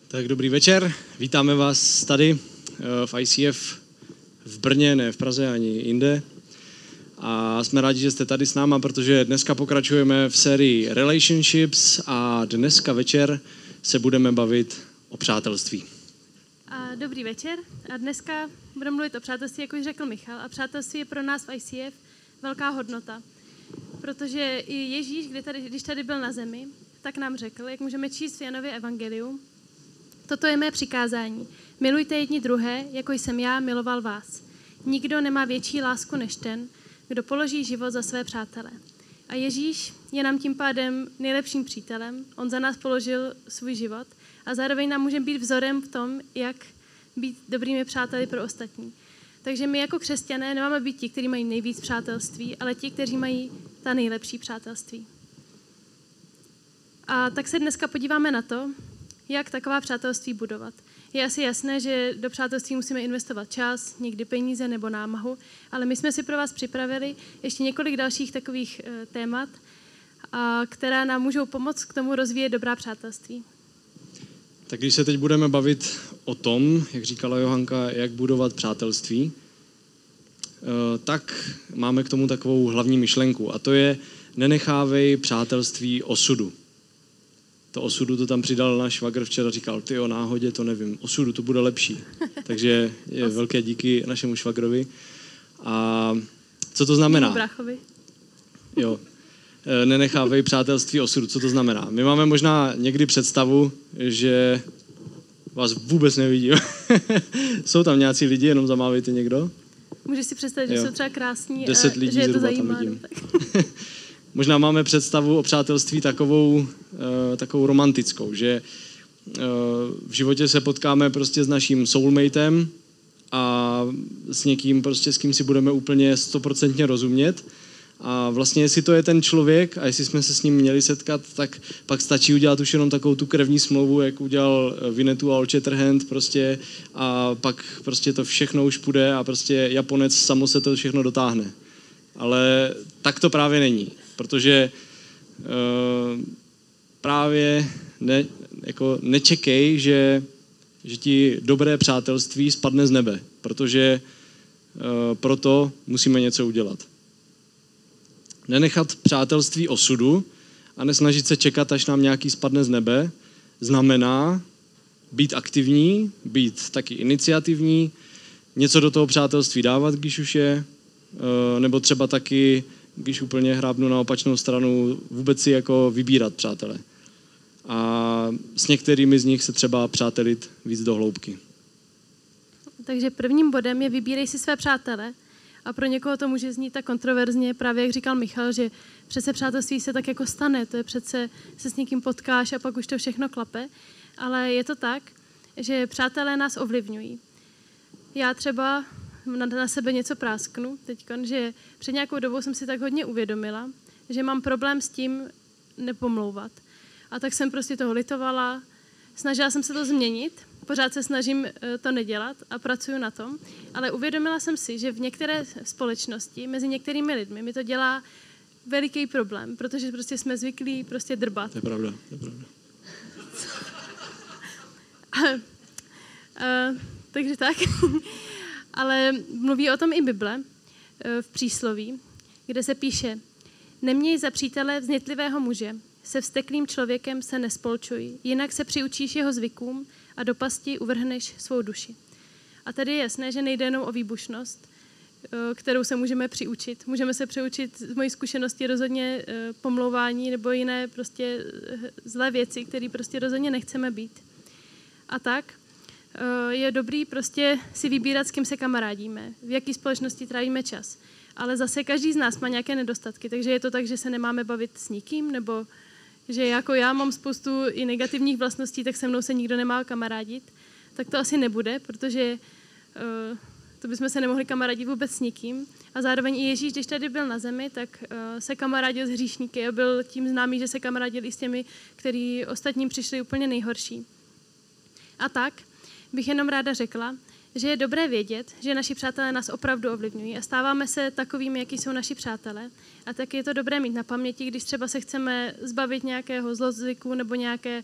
Tak dobrý večer, vítáme vás tady v ICF v Brně, ne v Praze ani jinde. A jsme rádi, že jste tady s náma, protože dneska pokračujeme v sérii Relationships a dneska večer se budeme bavit o přátelství. Dobrý večer a dneska budeme mluvit o přátelství, jak už řekl Michal, a přátelství je pro nás v ICF velká hodnota. Protože i Ježíš, když tady byl na zemi, tak nám řekl, jak můžeme číst v Janově evangelium, toto je mé přikázání. Milujte jedni druhé, jako jsem já miloval vás. Nikdo nemá větší lásku než ten, kdo položí život za své přátele. A Ježíš je nám tím pádem nejlepším přítelem. On za nás položil svůj život a zároveň nám může být vzorem v tom, jak být dobrými přáteli pro ostatní. Takže my jako křesťané nemáme být ti, kteří mají nejvíc přátelství, ale ti, kteří mají ta nejlepší přátelství. A tak se dneska podíváme na to, jak taková přátelství budovat. Je asi jasné, že do přátelství musíme investovat čas, někdy peníze nebo námahu, ale my jsme si pro vás připravili ještě několik dalších takových témat, která nám můžou pomoct k tomu rozvíjet dobrá přátelství. Tak když se teď budeme bavit o tom, jak říkala Johanka, jak budovat přátelství, tak máme k tomu takovou hlavní myšlenku a to je nenechávej přátelství osudu. To osudu to tam přidal náš švagr včera, říkal, ty o náhodě, to nevím, osudu to bude lepší. Takže je velké díky našemu švagrovi. A co to znamená? Bráchovi. Jo, nenechávej přátelství osudu, co to znamená? My máme možná někdy představu, že vás vůbec nevidím. Jsou tam nějací lidi, jenom zamávejte někdo? Můžeš si představit, že jsou třeba krásní 10 lidí že je to zhruba zajímá. tam vidím. Možná máme představu o přátelství takovou romantickou, že v životě se potkáme prostě s naším soulmatem a s někým prostě, s kým si budeme úplně 100% rozumět. A vlastně jestli to je ten člověk a jestli jsme se s ním měli setkat, tak pak stačí udělat už jenom takovou tu krevní smlouvu, jak udělal Winnetou a Old Shatterhand prostě a pak prostě to všechno už půjde a prostě Japonec samo se to všechno dotáhne. Ale tak to právě není, protože právě nečekej, že ti dobré přátelství spadne z nebe, protože proto musíme něco udělat. Nenechat přátelství osudu a nesnažit se čekat, až nám nějaký spadne z nebe, znamená být aktivní, být taky iniciativní, něco do toho přátelství dávat, když už je, nebo třeba taky, když úplně hrábnu na opačnou stranu, vůbec si jako vybírat přátele. A s některými z nich se třeba přátelit víc do hloubky. Takže prvním bodem je vybírej si své přátele. A pro někoho to může znít tak kontroverzně, právě jak říkal Michal, že přece přátelství se tak jako stane, to je přece se s někým potkáš a pak už to všechno klape, ale je to tak, že přátelé nás ovlivňují. Já třeba na sebe něco prásknu teďkon, že před nějakou dobou jsem si tak hodně uvědomila, že mám problém s tím nepomlouvat. A tak jsem prostě toho litovala, snažila jsem se to změnit, pořád se snažím to nedělat a pracuji na tom, ale uvědomila jsem si, že v některé společnosti, mezi některými lidmi, mi to dělá veliký problém, protože prostě jsme zvyklí prostě drbat. To je pravda, to je pravda. Takže tak. Ale mluví o tom i Bible v přísloví, kde se píše: Neměj za přítele vznětlivého muže, se vzteklým člověkem se nespolčuj, jinak se přiučíš jeho zvykům a do pasti uvrhneš svou duši. A tady je jasné, že nejde jenom o výbušnost, kterou se můžeme přiučit. Můžeme se přiučit z mojí zkušenosti rozhodně pomlouvání nebo jiné prostě zlé věci, které prostě rozhodně nechceme být. A tak je dobrý prostě si vybírat, s kým se kamarádíme, v jaké společnosti trávíme čas. Ale zase každý z nás má nějaké nedostatky, takže je to tak, že se nemáme bavit s nikým, nebo že jako já mám spoustu i negativních vlastností, tak se mnou se nikdo nemá kamarádit, tak to asi nebude, protože to bychom se nemohli kamarádit vůbec s nikým. A zároveň i Ježíš, když tady byl na zemi, tak se kamarádil s hříšníky a byl tím známý, že se kamarádil i s těmi, kteří ostatním přišli úplně nejhorší. A tak bych jenom ráda řekla, že je dobré vědět, že naši přátelé nás opravdu ovlivňují a stáváme se takovými, jaký jsou naši přátelé. A tak je to dobré mít na paměti, když třeba se chceme zbavit nějakého zlozvyku nebo nějaké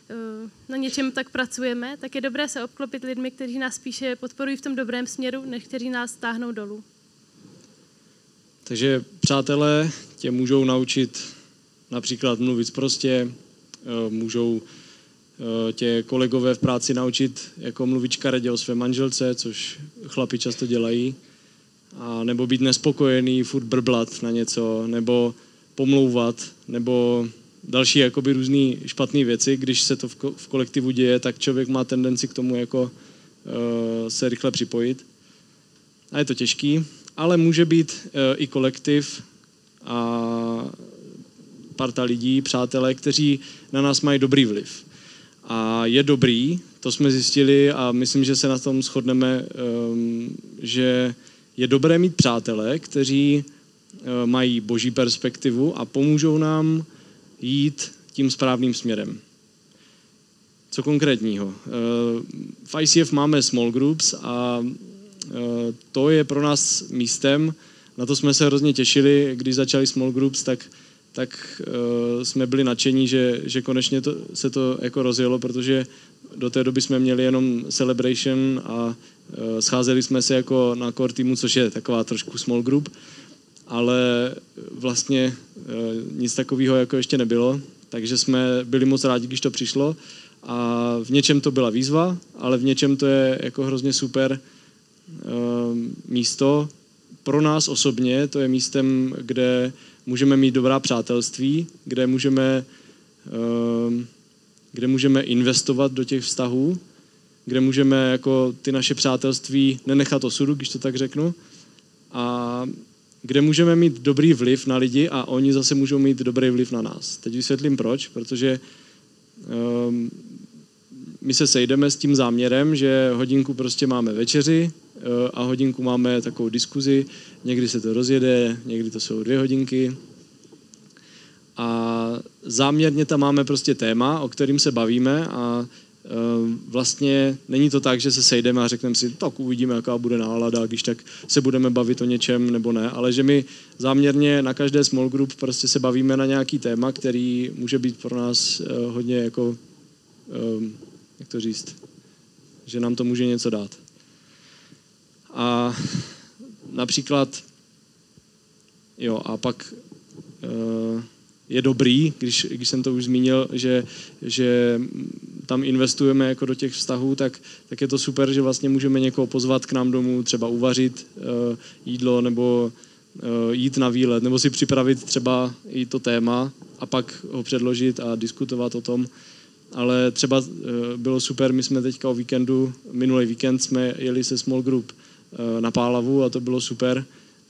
na něčem tak pracujeme, tak je dobré se obklopit lidmi, kteří nás spíše podporují v tom dobrém směru, než kteří nás táhnou dolů. Takže přátelé tě můžou naučit například mluvit prostě, můžou tě kolegové v práci naučit, jako mluvit škaredě o své manželce, což chlapi často dělají, a nebo být nespokojený, furt brblat na něco, nebo pomlouvat, nebo další jakoby různý špatné věci. Když se to v kolektivu děje, tak člověk má tendenci k tomu jako se rychle připojit. A je to těžký, ale může být i kolektiv a parta lidí, přátelé, kteří na nás mají dobrý vliv. A je dobrý, to jsme zjistili a myslím, že se na tom shodneme, že je dobré mít přátelé, kteří mají boží perspektivu a pomůžou nám jít tím správným směrem. Co konkrétního? V ICF máme small groups a to je pro nás místem, na to jsme se hrozně těšili, když začali small groups, tak jsme byli nadšení, že konečně se to jako rozjelo, protože do té doby jsme měli jenom celebration a scházeli jsme se jako na core týmu, což je taková trošku small group, ale vlastně nic takového jako ještě nebylo, takže jsme byli moc rádi, když to přišlo a v něčem to byla výzva, ale v něčem to je jako hrozně super místo. Pro nás osobně to je místem, kde můžeme mít dobrá přátelství, kde můžeme investovat do těch vztahů, kde můžeme jako ty naše přátelství nenechat osudu, když to tak řeknu, a kde můžeme mít dobrý vliv na lidi a oni zase můžou mít dobrý vliv na nás. Teď vysvětlím proč, protože my se sejdeme s tím záměrem, že hodinku prostě máme večeři a hodinku máme takovou diskuzi, někdy se to rozjede, někdy to jsou 2 hodinky a záměrně tam máme prostě téma, o kterým se bavíme a vlastně není to tak, že se sejdeme a řekneme si, tak uvidíme, jaká bude nálada, když tak se budeme bavit o něčem nebo ne, ale že my záměrně na každé small group prostě se bavíme na nějaký téma, který může být pro nás hodně jako, jak to říct, že nám to může něco dát. A například, a pak je dobrý, když jsem to už zmínil, že tam investujeme jako do těch vztahů, tak je to super, že vlastně můžeme někoho pozvat k nám domů, třeba uvařit jídlo nebo jít na výlet, nebo si připravit třeba i to téma a pak ho předložit a diskutovat o tom. Ale třeba bylo super, my jsme teďka o víkendu, minulý víkend jsme jeli se small group na Pálavu a to bylo super,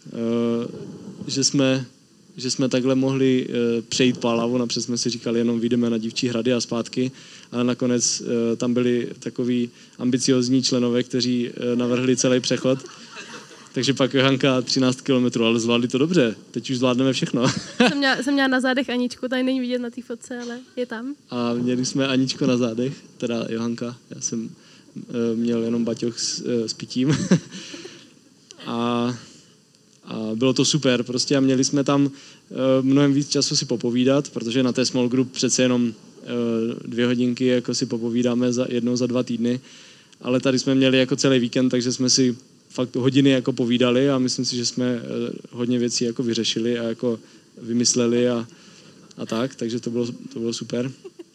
že jsme takhle mohli přejít Pálavu, napřed jsme si říkali, jenom vyjdeme na Dívčí hrady a zpátky, ale nakonec tam byli takový ambiciozní členové, kteří navrhli celý přechod. Takže pak Johanka 13 kilometrů, ale zvládli to dobře, teď už zvládneme všechno. Jsem měla na zádech Aničku, tady není vidět na té fotce, ale je tam. A měli jsme Aničku na zádech, teda Johanka, já jsem měl jenom baťoch s pitím. A bylo to super prostě a měli jsme tam mnohem víc času si popovídat, protože na té small group přece jenom 2 hodinky jako si popovídáme jednou za 2 týdny, ale tady jsme měli jako celý víkend, takže jsme si fakt hodiny jako povídali a myslím si, že jsme hodně věcí jako vyřešili a jako vymysleli a tak, takže to bylo super.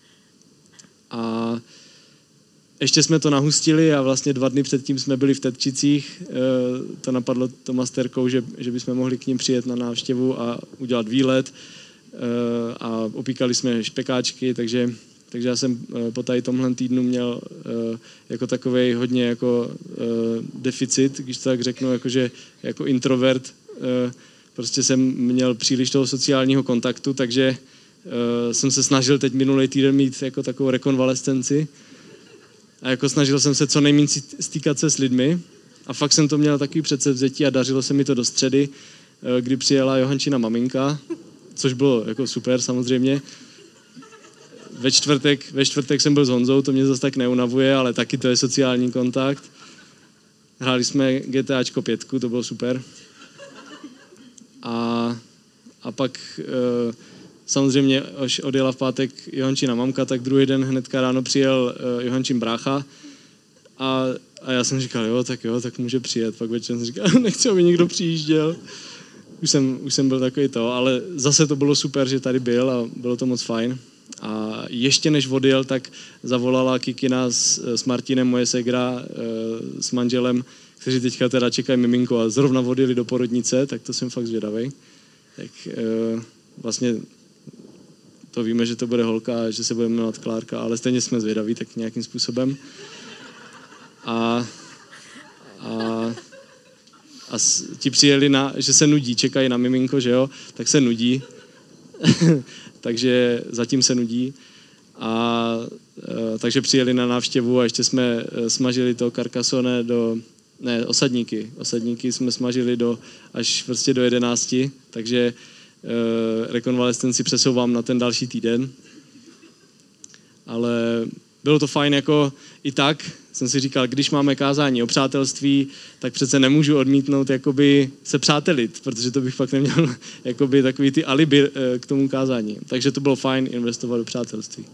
A ještě jsme to nahustili a vlastně 2 dny předtím jsme byli v Tetčicích. To napadlo Toma s Terkou, že bychom mohli k ním přijet na návštěvu a udělat výlet. A opíkali jsme špekáčky, takže já jsem po tady tomhle týdnu měl jako takovej hodně jako deficit, když to tak řeknu, jakože jako introvert. Prostě jsem měl příliš toho sociálního kontaktu, takže jsem se snažil teď minulý týden mít jako takovou rekonvalescenci. A jako snažil jsem se co nejméně stýkat se s lidmi a fakt jsem to měl takový předsevzetí a dařilo se mi to do středy, kdy přijela Johančina maminka, což bylo jako super samozřejmě. Ve čtvrtek jsem byl s Honzou, to mě zase tak neunavuje, ale taky to je sociální kontakt. Hráli jsme GTAčko 5, to bylo super. A pak samozřejmě, až odjela v pátek Johančina mamka, tak druhý den hnedka ráno přijel Johančin brácha a já jsem říkal, jo, tak může přijet. Pak večer jsem říkal, nechci, aby někdo přijížděl. Už jsem byl takový to, ale zase to bylo super, že tady byl a bylo to moc fajn. A ještě než odjel, tak zavolala Kikina s Martinem, moje ségra, s manželem, kteří teďka teda čekají miminko a zrovna odjeli do porodnice, tak to jsem fakt zvědavej. Tak vlastně to víme, že to bude holka, že se bude jmenovat Klárka, ale stejně jsme zvědaví tak nějakým způsobem. A ti přijeli, že se nudí, čekají na miminko, že jo, tak se nudí. Takže zatím se nudí. Takže přijeli na návštěvu a ještě jsme smažili to karkasone osadníky. Osadníky jsme smažili až prostě do 11, takže rekonvalescenci přesouvám na ten další týden. Ale bylo to fajn, jako i tak jsem si říkal, když máme kázání o přátelství, tak přece nemůžu odmítnout jakoby se přátelit, protože to bych fakt neměl jakoby takový ty alibi k tomu kázání. Takže to bylo fajn investovat do přátelství.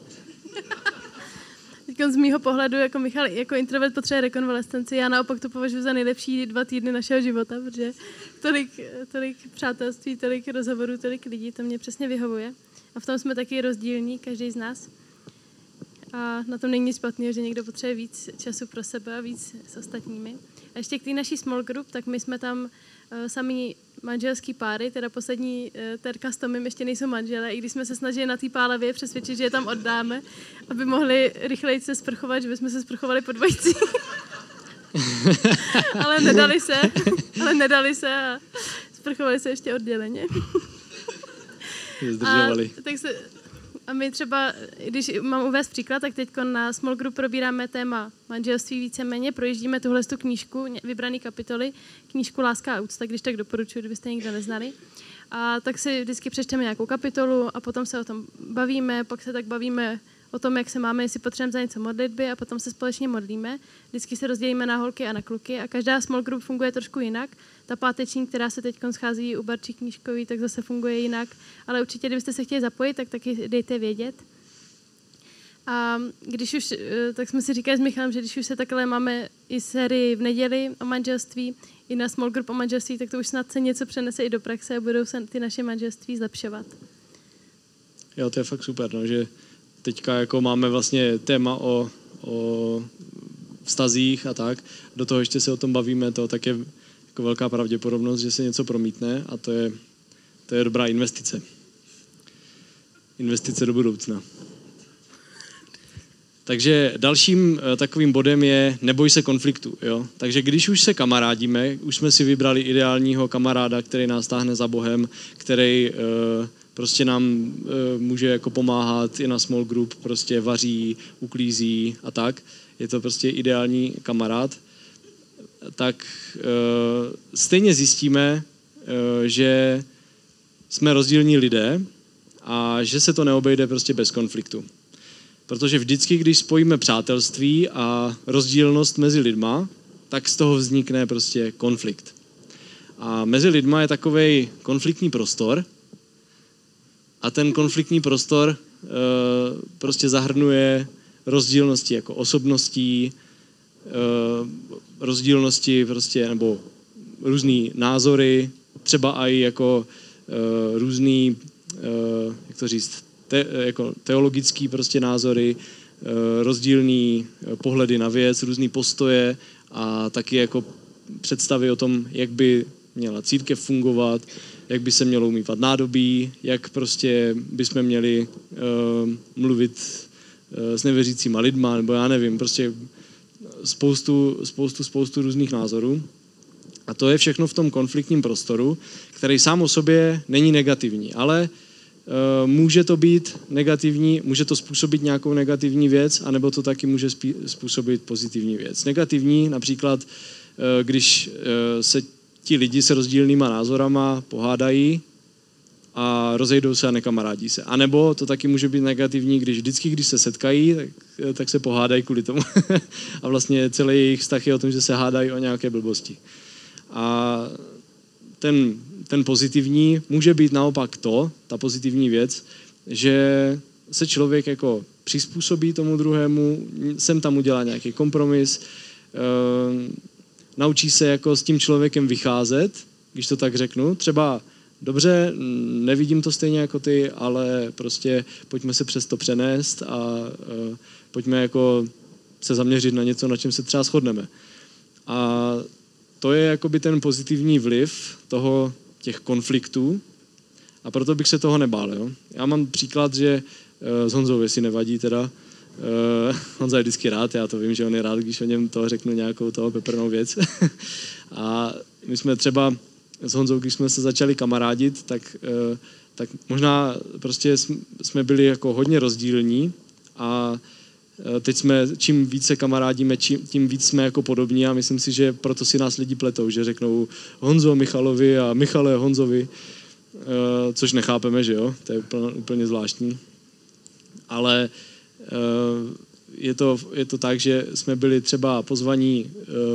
Z mýho pohledu, jako Michal, jako introvert potřebuje rekonvalescenci, já naopak to považuji za nejlepší 2 týdny našeho života, protože tolik přátelství, tolik rozhovorů, tolik lidí, to mě přesně vyhovuje. A v tom jsme taky rozdílní, každý z nás. A na tom není nic špatného, že někdo potřebuje víc času pro sebe a víc s ostatními. A ještě k té naší small group, tak my jsme tam sami manželský páry, teda poslední Terka s Tomem ještě nejsou manželé, i když jsme se snažili na té Pálavě přesvědčit, že je tam oddáme, aby mohli rychleji se sprchovat, že bychom se sprchovali po dvojci. ale nedali se a sprchovali se ještě odděleně. Zdržovali. A my třeba, když mám uvést příklad, tak teď na Small Group probíráme téma manželství víceméně, projíždíme tuhle knížku, vybrané kapitoly, knížku Láska a úcta, když tak doporučuji, kdybyste nikdo neznali. A tak si vždycky přečteme nějakou kapitolu a potom se o tom bavíme, pak se tak bavíme o tom, jak se máme, jestli potřebujeme za něco modlitby a potom se společně modlíme. Vždycky se rozdělíme na holky a na kluky a každá small group funguje trošku jinak. Ta páteční, která se teď schází u Barčí Knížkový, tak zase funguje jinak, ale určitě, kdybyste se chtěli zapojit, tak taky dejte vědět. A když už, tak jsme si říkali s Michalem, že když už se takhle máme i sérii v neděli o manželství, i na small group o manželství, tak to už snad se něco přenese i do praxe a budou se ty naše manželství zlepšovat. Jo, to je fakt super, no, že teďka jako máme vlastně téma o vztazích a tak, do toho ještě se o tom bavíme, to tak je jako velká pravděpodobnost, že se něco promítne a to je dobrá investice. Investice do budoucna. Takže dalším takovým bodem je neboj se konfliktu. Jo? Takže když už se kamarádíme, už jsme si vybrali ideálního kamaráda, který nás táhne za Bohem, který prostě nám může jako pomáhat i na small group, prostě vaří, uklízí a tak. Je to prostě ideální kamarád. Tak stejně zjistíme, že jsme rozdílní lidé a že se to neobejde prostě bez konfliktu. Protože vždycky, když spojíme přátelství a rozdílnost mezi lidma, tak z toho vznikne prostě konflikt. A mezi lidma je takovej konfliktní prostor a ten konfliktní prostor prostě zahrnuje rozdílnosti jako osobností, rozdílnosti prostě, nebo různý názory, třeba i jako různý, jak to říct, jako teologický prostě názory, rozdílný pohledy na věc, různý postoje a taky jako představy o tom, jak by měla církev fungovat, jak by se mělo umývat nádobí, jak prostě bychom měli mluvit s nevěřícíma lidma, nebo já nevím, prostě spoustu různých názorů. A to je všechno v tom konfliktním prostoru, který sám o sobě není negativní, ale může to být negativní, může to způsobit nějakou negativní věc, anebo to taky může způsobit pozitivní věc. Negativní například, když se ti lidi se rozdílnýma názorama pohádají a rozejdou se a nekamarádí se. A nebo to taky může být negativní, když se setkají, tak se pohádají kvůli tomu. A vlastně celý jejich vztah je o tom, že se hádají o nějaké blbosti. A ten pozitivní může být naopak ta pozitivní věc, že se člověk jako přizpůsobí tomu druhému, sem tam udělá nějaký kompromis, naučí se jako s tím člověkem vycházet, když to tak řeknu. Třeba dobře, nevidím to stejně jako ty, ale prostě pojďme se přes to přenést a pojďme jako se zaměřit na něco, na čem se třeba shodneme. A to je jakoby ten pozitivní vliv těch konfliktů a proto bych se toho nebál. Jo? Já mám příklad, že s Honzou, jestli nevadí teda, Honza je vždycky rád, já to vím, že on je rád, když o něm toho řeknu nějakou peprnou věc. A my jsme třeba s Honzou, když jsme se začali kamarádit, tak možná prostě jsme byli jako hodně rozdílní a teď čím více kamarádíme, tím víc jsme jako podobní a myslím si, že proto si nás lidi pletou, že řeknou Honzo Michalovi a Michale Honzovi, což nechápeme, že jo, to je úplně zvláštní. Ale je to tak, že jsme byli třeba pozvaní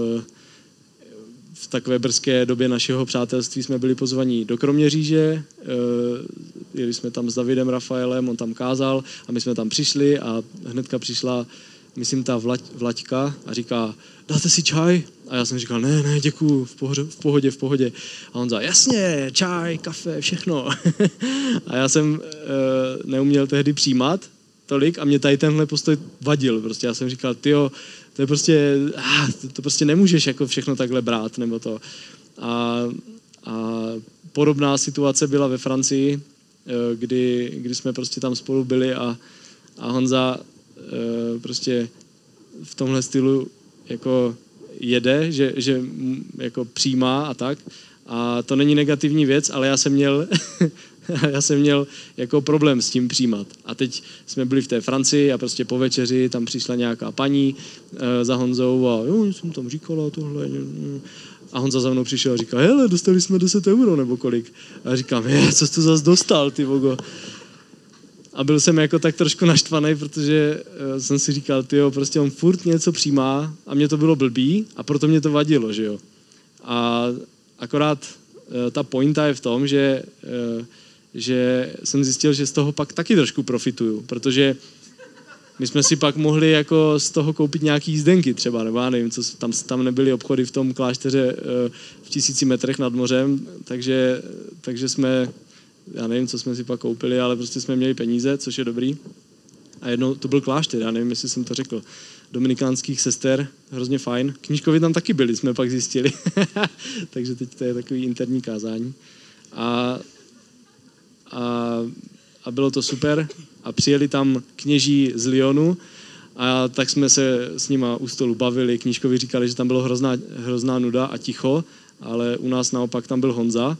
v takové brzké době našeho přátelství jsme byli pozvaní do Kroměříže, jeli jsme tam s Davidem Rafaelem, on tam kázal a my jsme tam přišli a hnedka přišla, myslím, ta Vlaďka a říká, dáte si čaj? A já jsem říkal, ne, děkuju, v pohodě. A on říká, jasně, čaj, kafe, všechno. A já jsem neuměl tehdy přijímat tolik a mě tady tenhle postoj vadil. Prostě já jsem říkal, tyjo, to je prostě, to prostě nemůžeš jako všechno takhle brát, nebo to. A podobná situace byla ve Francii, kdy jsme prostě tam spolu byli a Honza prostě v tomhle stylu jako jede, že jako přijímá a tak. A to není negativní věc, ale já jsem měl jako problém s tím přijímat. A teď jsme byli v té Francii a prostě po večeři tam přišla nějaká paní za Honzou a jo, jsem tam říkala tohle. A Honza za mnou přišel a říká, hele, dostali jsme 10 euro nebo kolik. A já říkám, co jsi to zase dostal, ty vogo. A byl jsem jako tak trošku naštvaný, protože jsem si říkal, tyjo, prostě on furt něco přijímá a mě to bylo blbý a proto mě to vadilo, že jo. A akorát ta pointa je v tom, že jsem zjistil, že z toho pak taky trošku profituju, protože my jsme si pak mohli jako z toho koupit nějaký jízdenky třeba, nebo já nevím, tam nebyly obchody v tom klášteře v 1000 metrech nad mořem, takže jsme, já nevím, co jsme si pak koupili, ale prostě jsme měli peníze, což je dobrý. A jednou to byl klášter, já nevím, jestli jsem to řekl, dominikánských sester, hrozně fajn. Knížkovi tam taky byli, jsme pak zjistili. Takže teď to je takový interní kázání. A bylo to super a přijeli tam kněží z Lyonu a tak jsme se s nima u stolu bavili. Knížkovi říkali, že tam bylo hrozná nuda a ticho, ale u nás naopak tam byl Honza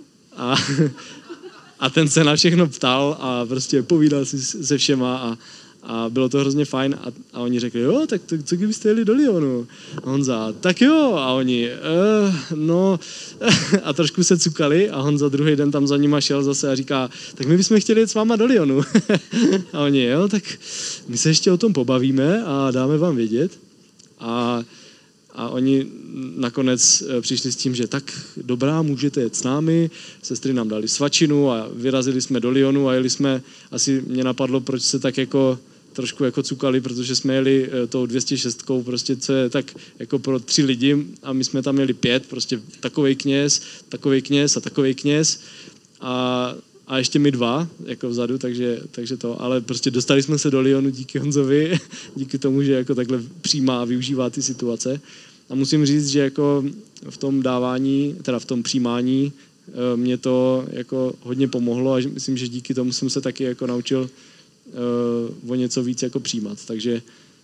a ten se na všechno ptal a prostě povídal si se všema a bylo to hrozně fajn a oni řekli, jo, tak co kdybyste jeli do Lyonu? A Honza, tak jo, a oni, no, a trošku se cukali a Honza druhý den tam za nima šel zase a říká, tak my bychom chtěli jet s váma do Lyonu. A oni, jo, tak my se ještě o tom pobavíme a dáme vám vědět. A oni nakonec přišli s tím, že tak dobrá, můžete jet s námi, sestry nám dali svačinu a vyrazili jsme do Lyonu a jeli jsme, asi mě napadlo, proč se tak jako trošku jako cukali, protože jsme jeli tou 206, prostě co je tak jako pro 3 lidi a my jsme tam měli 5, prostě takovej kněz a takovej kněz a ještě my 2, jako vzadu, takže to, ale prostě dostali jsme se do Lyonu díky Honzovi, díky tomu, že jako takhle přijímá a využívá ty situace. A musím říct, že jako v tom dávání, teda v tom přijímání, mě to jako hodně pomohlo a myslím, že díky tomu jsem se taky jako naučil o něco víc jako přijímat. Takže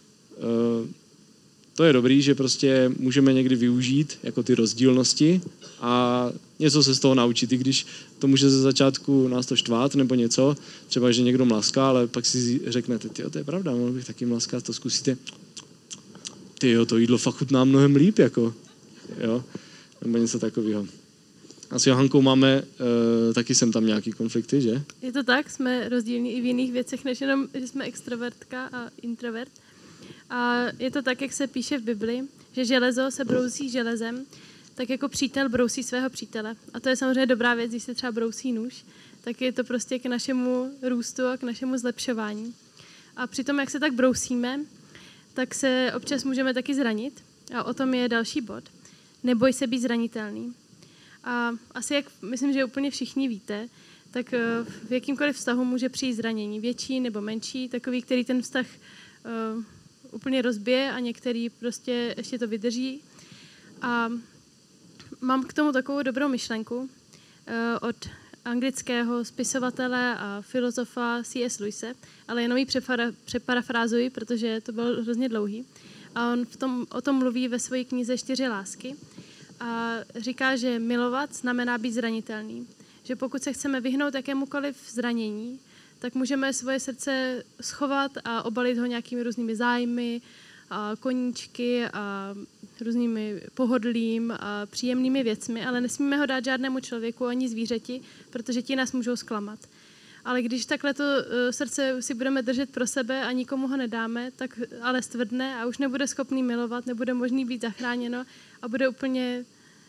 to je dobrý, že prostě můžeme někdy využít jako ty rozdílnosti a něco se z toho naučit, i když to může ze začátku nás to štvát nebo něco, třeba, že někdo mlaská, ale pak si řeknete, tyjo, to je pravda, mohl bych taky mlaskat, to zkusíte, tyjo, to jídlo fakt chutná mnohem líp, jako, jo, nebo něco takového. A s Johankou máme taky sem tam nějaký konflikty, že? Je to tak, jsme rozdílní i v jiných věcech, než jenom, že jsme extrovertka a introvert. A je to tak, jak se píše v Bibli, že železo se brousí železem, tak jako přítel brousí svého přítele. A to je samozřejmě dobrá věc, když se třeba brousí nůž, tak je to prostě k našemu růstu a k našemu zlepšování. A přitom, jak se tak brousíme, tak se občas můžeme taky zranit. A o tom je další bod. Neboj se být zranitelný. A asi, jak myslím, že úplně všichni víte, tak v jakýmkoliv vztahu může přijít zranění. Větší nebo menší, takový, který ten vztah úplně rozbije a některý prostě ještě to vydrží. A mám k tomu takovou dobrou myšlenku od anglického spisovatele a filozofa C.S. Lewise, ale jenom ji přeparafrázuji, protože to bylo hrozně dlouhý. A on o tom mluví ve své knize 4 lásky a říká, že milovat znamená být zranitelný. Že pokud se chceme vyhnout jakémukoliv zranění, tak můžeme svoje srdce schovat a obalit ho nějakými různými zájmy, a koníčky a různými pohodlím a příjemnými věcmi, ale nesmíme ho dát žádnému člověku ani zvířeti, protože ti nás můžou zklamat. Ale když takhle to srdce si budeme držet pro sebe a nikomu ho nedáme, tak ale stvrdne a už nebude schopný milovat, nebude možný být zachráněno a bude úplně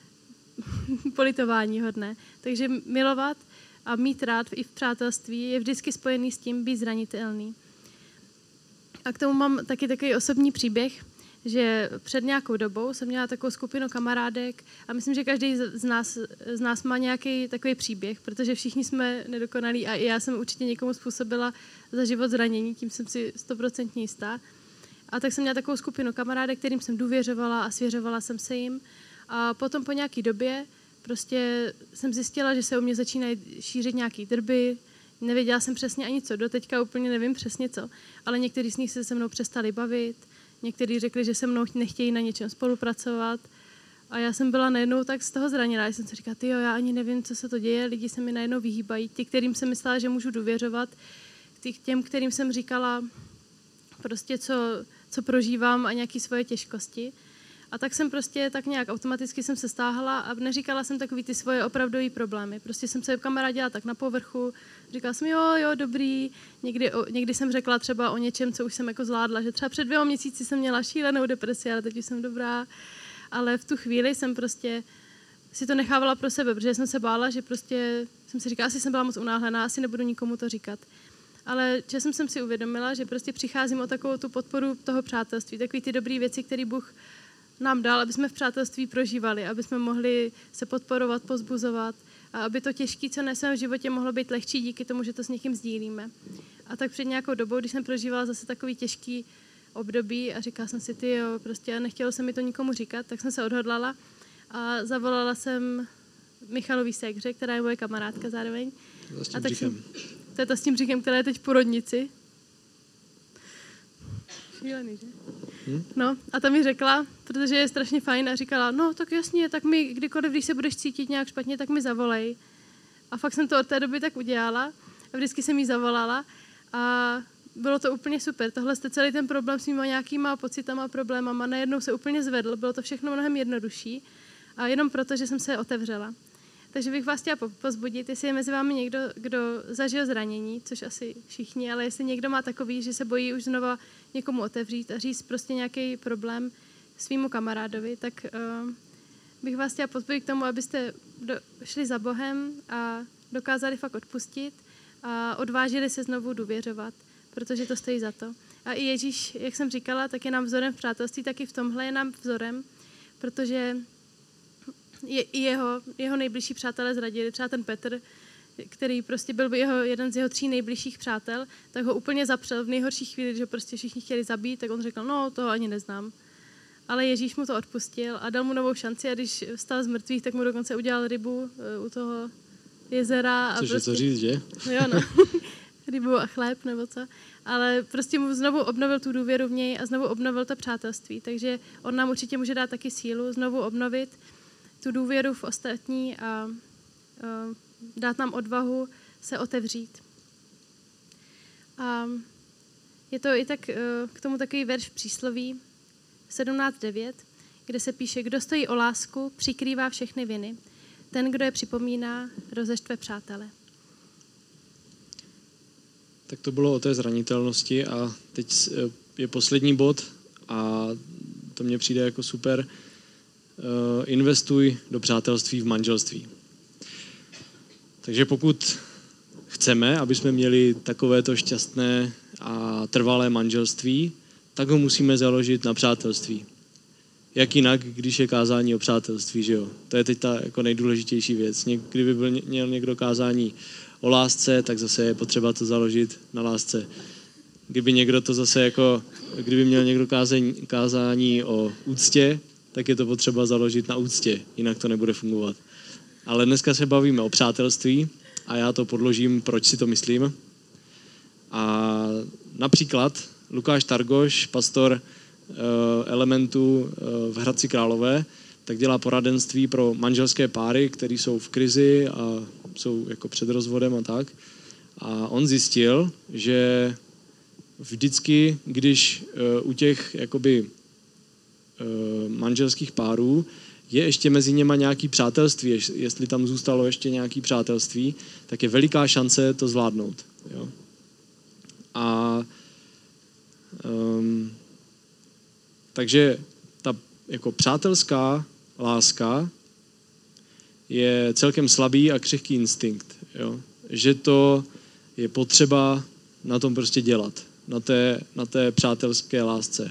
politování hodné. Takže milovat a mít rád i v přátelství je vždycky spojený s tím být zranitelný. A k tomu mám taky takový osobní příběh, že před nějakou dobou jsem měla takovou skupinu kamarádek a myslím, že každý z nás má nějaký takový příběh, protože všichni jsme nedokonalí a i já jsem určitě někomu způsobila za život zranění, tím jsem si 100% jistá. A tak jsem měla takovou skupinu kamarádek, kterým jsem důvěřovala a svěřovala jsem se jim. A potom po nějaký době prostě jsem zjistila, že se u mě začínají šířit nějaký drby. Nevěděla jsem přesně ani co, doteďka úplně nevím přesně co, ale někteří z nich se mnou přestali bavit, někteří řekli, že se mnou nechtějí na něčem spolupracovat a já jsem byla najednou tak z toho zraněná, já jsem si říkala, tyjo, já ani nevím, co se to děje, lidi se mi najednou vyhýbají, ti, kterým jsem myslela, že můžu důvěřovat, těm, kterým jsem říkala prostě, co prožívám a nějaké svoje těžkosti. A tak jsem prostě tak nějak automaticky jsem se stáhla a neříkala jsem takový ty svoje opravdové problémy. Prostě jsem se kamarádila tak na povrchu, říkala jsem jo, dobrý. Někdy jsem řekla třeba o něčem, co už jsem jako zvládla, že třeba před 2 měsíci jsem měla šílenou depresi, ale teď už jsem dobrá. Ale v tu chvíli jsem prostě si to nechávala pro sebe, protože jsem se bála, že prostě jsem si říkala, asi jsem byla moc unáhlená, asi nebudu nikomu to říkat. Ale časem jsem si uvědomila, že prostě přicházím o takovou tu podporu toho přátelství, takový ty dobré věci, které Bůh nám dal, aby jsme v přátelství prožívali, aby jsme mohli se podporovat, pozbuzovat a aby to těžké, co neseme v životě, mohlo být lehčí díky tomu, že to s někým sdílíme. A tak před nějakou dobou, když jsem prožívala zase takový těžký období a říkala jsem si, tyjo, prostě nechtělo se mi to nikomu říkat, tak jsem se odhodlala a zavolala jsem Michalový ségře, která je moje kamarádka zároveň. A tak to je ta s tím břichem, která je teď v porodnici. Šílený, že? No a ta mi řekla, protože je strašně fajn a říkala, no tak jasně, tak mi kdykoliv, když se budeš cítit nějak špatně, tak mi zavolej. A fakt jsem to od té doby tak udělala a vždycky jsem jí zavolala a bylo to úplně super. Tohle jste celý ten problém s mýma nějakýma pocitama, problémama najednou se úplně zvedl, bylo to všechno mnohem jednodušší a jenom proto, že jsem se otevřela. Takže bych vás chtěla pozbudit, jestli je mezi vámi někdo, kdo zažil zranění, což asi všichni, ale jestli někdo má takový, že se bojí už znova někomu otevřít a říct prostě nějaký problém svýmu kamarádovi, tak bych vás chtěla pozbudit k tomu, abyste šli za Bohem a dokázali fakt odpustit a odvážili se znovu důvěřovat, protože to stojí za to. A i Ježíš, jak jsem říkala, tak je nám vzorem v přátelství, tak i v tomhle je nám vzorem, protože i jeho nejbližší přátelé zradili, třeba ten Petr, který prostě byl jeden z jeho 3 nejbližších přátel, tak ho úplně zapřel v nejhorší chvíli, že ho prostě všichni chtěli zabít, tak on řekl, no toho ani neznám. Ale Ježíš mu to odpustil a dal mu novou šanci a když vstal z mrtvých, tak mu dokonce udělal rybu u toho jezera. Což je to říct, že? Jo, no. Rybu a chléb nebo co. Ale prostě mu znovu obnovil tu důvěru v něj a znovu obnovil to přátelství. Takže on nám určitě může dát taky sílu znovu obnovit tu důvěru v ostatní a dát nám odvahu se otevřít. A je to i tak k tomu takový verš v přísloví 17:9, kde se píše, kdo stojí o lásku, přikrývá všechny viny. Ten, kdo je připomíná, rozeštve přátele. Tak to bylo o té zranitelnosti a teď je poslední bod a to mně přijde jako super. investuj do přátelství v manželství. Takže pokud chceme, aby jsme měli takovéto šťastné a trvalé manželství, tak ho musíme založit na přátelství. Jak jinak, když je kázání o přátelství, že jo? To je teď ta jako nejdůležitější věc. Kdyby měl někdo kázání o lásce, tak zase je potřeba to založit na lásce. Kdyby měl někdo kázání o úctě, tak je to potřeba založit na úctě, jinak to nebude fungovat. Ale dneska se bavíme o přátelství a já to podložím, proč si to myslím. A například Lukáš Targoš, pastor Elementu v Hradci Králové, tak dělá poradenství pro manželské páry, které jsou v krizi a jsou jako před rozvodem a tak. A on zjistil, že vždycky, když u těch jakoby manželských párů je ještě mezi něma nějaký přátelství, jestli tam zůstalo ještě nějaký přátelství, tak je veliká šance to zvládnout. Jo? A takže ta jako přátelská láska je celkem slabý a křehký instinkt. Jo? Že to je potřeba na tom prostě dělat. Na té přátelské lásce.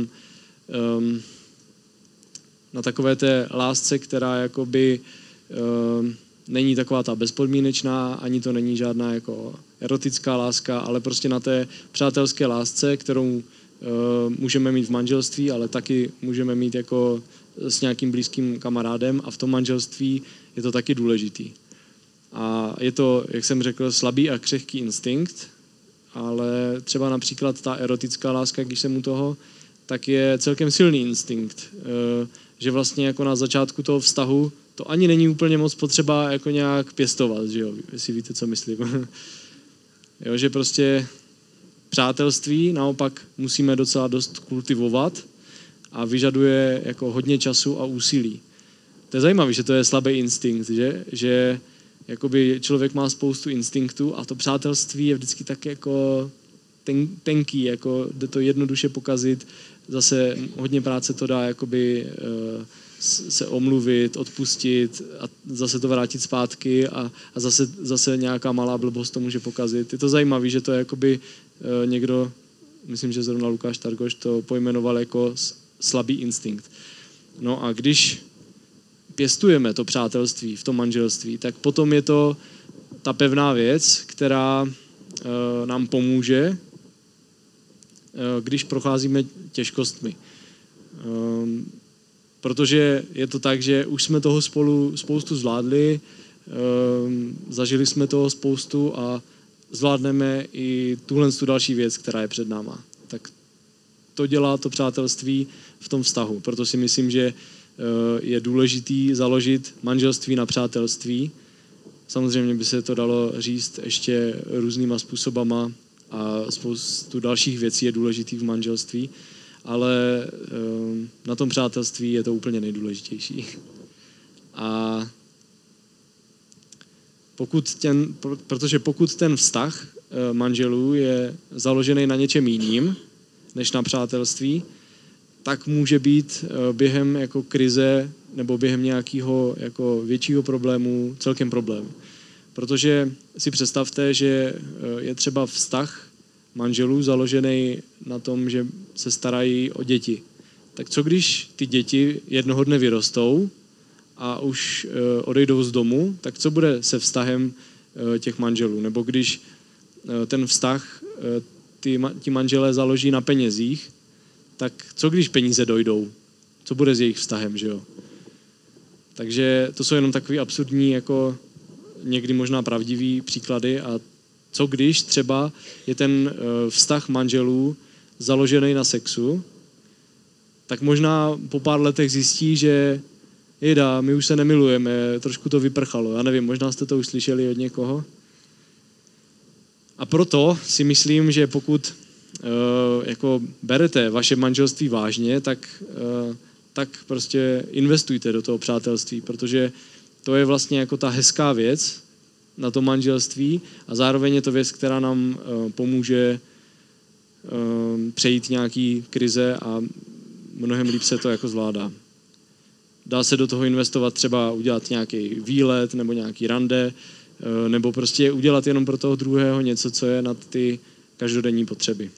Na takové té lásce, která jakoby není taková ta bezpodmínečná, ani to není žádná jako erotická láska, ale prostě na té přátelské lásce, kterou můžeme mít v manželství, ale taky můžeme mít jako s nějakým blízkým kamarádem a v tom manželství je to taky důležitý. A je to, jak jsem řekl, slabý a křehký instinkt, ale třeba například ta erotická láska, když jsem u toho, tak je celkem silný instinkt, že vlastně jako na začátku toho vztahu to ani není úplně moc potřeba jako nějak pěstovat, že jo, jestli víte, co myslím. Jo, že prostě přátelství naopak musíme docela dost kultivovat a vyžaduje jako hodně času a úsilí. To je zajímavé, že to je slabý instinkt, že jakoby člověk má spoustu instinktů a to přátelství je vždycky tak jako tenký, jako jde to jednoduše pokazit, zase hodně práce to dá jakoby se omluvit, odpustit a zase to vrátit zpátky a zase nějaká malá blbost to může pokazit. Je to zajímavé, že to je jakoby někdo, myslím, že zrovna Lukáš Targoš to pojmenoval jako slabý instinkt. No a když pěstujeme to přátelství v tom manželství, tak potom je to ta pevná věc, která nám pomůže, když procházíme těžkostmi. Protože je to tak, že už jsme toho spolu spoustu zvládli, zažili jsme toho spoustu a zvládneme i tuhle další věc, která je před náma. Tak to dělá to přátelství v tom vztahu. Proto si myslím, že je důležitý založit manželství na přátelství. Samozřejmě by se to dalo říct ještě různýma způsobama a spoustu dalších věcí je důležitých v manželství, ale na tom přátelství je to úplně nejdůležitější. A protože pokud ten vztah manželů je založený na něčem jiným, než na přátelství, tak může být během jako krize nebo během nějakého jako většího problému celkem problém. Protože si představte, že je třeba vztah manželů založený na tom, že se starají o děti. Tak co když ty děti jednoho dne vyrostou a už odejdou z domu, tak co bude se vztahem těch manželů? Nebo když ten vztah ti manželé založí na penězích, tak co když peníze dojdou? Co bude s jejich vztahem, že jo? Takže to jsou jenom takový absurdní, jako někdy možná pravdivý příklady a co když třeba je ten vztah manželů založený na sexu, tak možná po pár letech zjistí, že my už se nemilujeme, trošku to vyprchalo. Já nevím, možná jste to už slyšeli od někoho. A proto si myslím, že pokud jako berete vaše manželství vážně, tak prostě investujte do toho přátelství, protože to je vlastně jako ta hezká věc na to manželství a zároveň je to věc, která nám pomůže přejít nějaký krize a mnohem líp se to jako zvládá. dá se do toho investovat, třeba udělat nějaký výlet nebo nějaký rande, nebo prostě udělat jenom pro toho druhého něco, co je nad ty každodenní potřeby.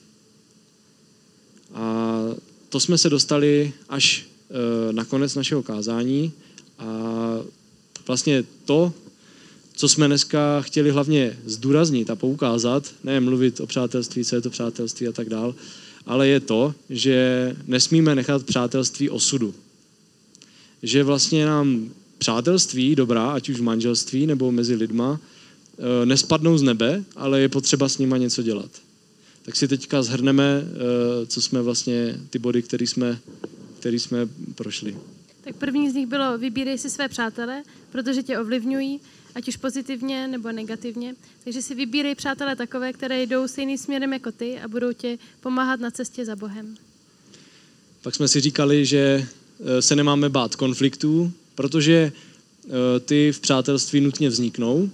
A to jsme se dostali až na konec našeho kázání a vlastně to, co jsme dneska chtěli hlavně zdůraznit a poukázat, ne mluvit o přátelství, co je to přátelství a tak dál, ale je to, že nesmíme nechat přátelství osudu. Že vlastně nám přátelství dobrá, ať už v manželství nebo mezi lidma, nespadnou z nebe, ale je potřeba s nima něco dělat. Tak si teďka shrneme, co jsme vlastně, ty body, který jsme prošli. Tak první z nich bylo: vybírej si své přátele, protože tě ovlivňují, ať už pozitivně nebo negativně. Takže si vybírej přátele takové, které jdou stejným směrem jako ty a budou tě pomáhat na cestě za Bohem. Pak jsme si říkali, že se nemáme bát konfliktů, protože ty v přátelství nutně vzniknou,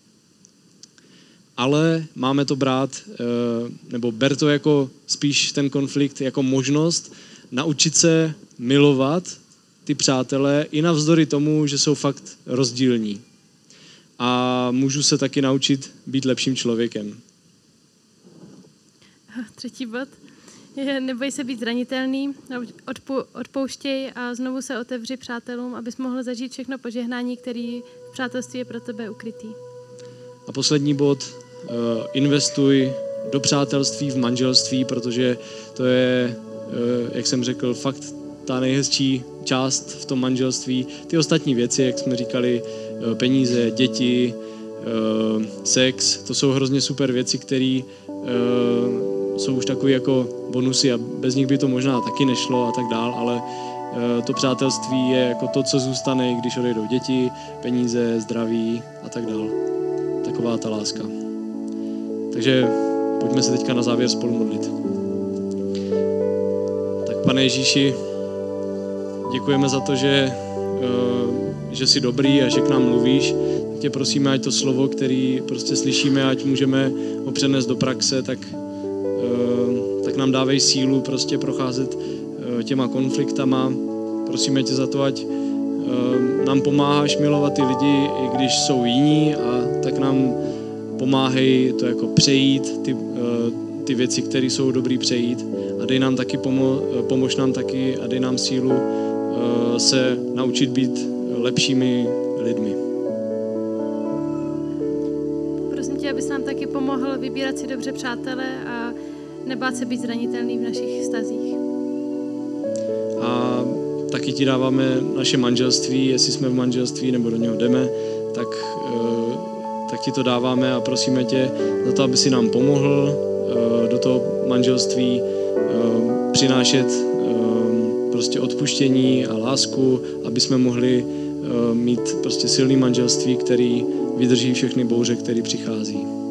ale máme to brát, nebo ber to jako spíš ten konflikt jako možnost naučit se milovat ty přátelé i navzdory tomu, že jsou fakt rozdílní. A můžu se taky naučit být lepším člověkem. Třetí bod je: neboj se být zranitelný, odpouštěj a znovu se otevři přátelům, abys mohl zažít všechno požehnání, který v přátelství je pro tebe ukrytý. A poslední bod: investuj do přátelství v manželství, protože to je, jak jsem řekl, fakt ta nejhezčí část v tom manželství. Ty ostatní věci, jak jsme říkali, peníze, děti, sex, to jsou hrozně super věci, které jsou už takový jako bonusy a bez nich by to možná taky nešlo a tak dál, ale to přátelství je jako to, co zůstane, když odejdou děti, peníze, zdraví a tak dál. Taková ta láska. Takže pojďme se teďka na závěr spolu modlit. Tak Pane Ježíši, děkujeme za to, že jsi dobrý a že k nám mluvíš. Tak tě prosíme, ať to slovo, který prostě slyšíme, ať můžeme ho přenést do praxe, tak nám dávej sílu prostě procházet těma konfliktama. Prosíme tě za to, ať nám pomáháš milovat ty lidi, i když jsou jiní, a tak nám pomáhej to jako přejít, ty věci, které jsou dobrý přejít, a dej nám taky pomož nám taky a dej nám sílu se naučit být lepšími lidmi. Prosím tě, abys nám taky pomohl vybírat si dobře přátele a nebát se být zranitelný v našich vztazích. A taky ti dáváme naše manželství, jestli jsme v manželství nebo do něho jdeme, tak ti to dáváme a prosíme tě za to, aby si nám pomohl do toho manželství přinášet prostě odpuštění a lásku, aby jsme mohli mít prostě silný manželství, který vydrží všechny bouře, které přichází.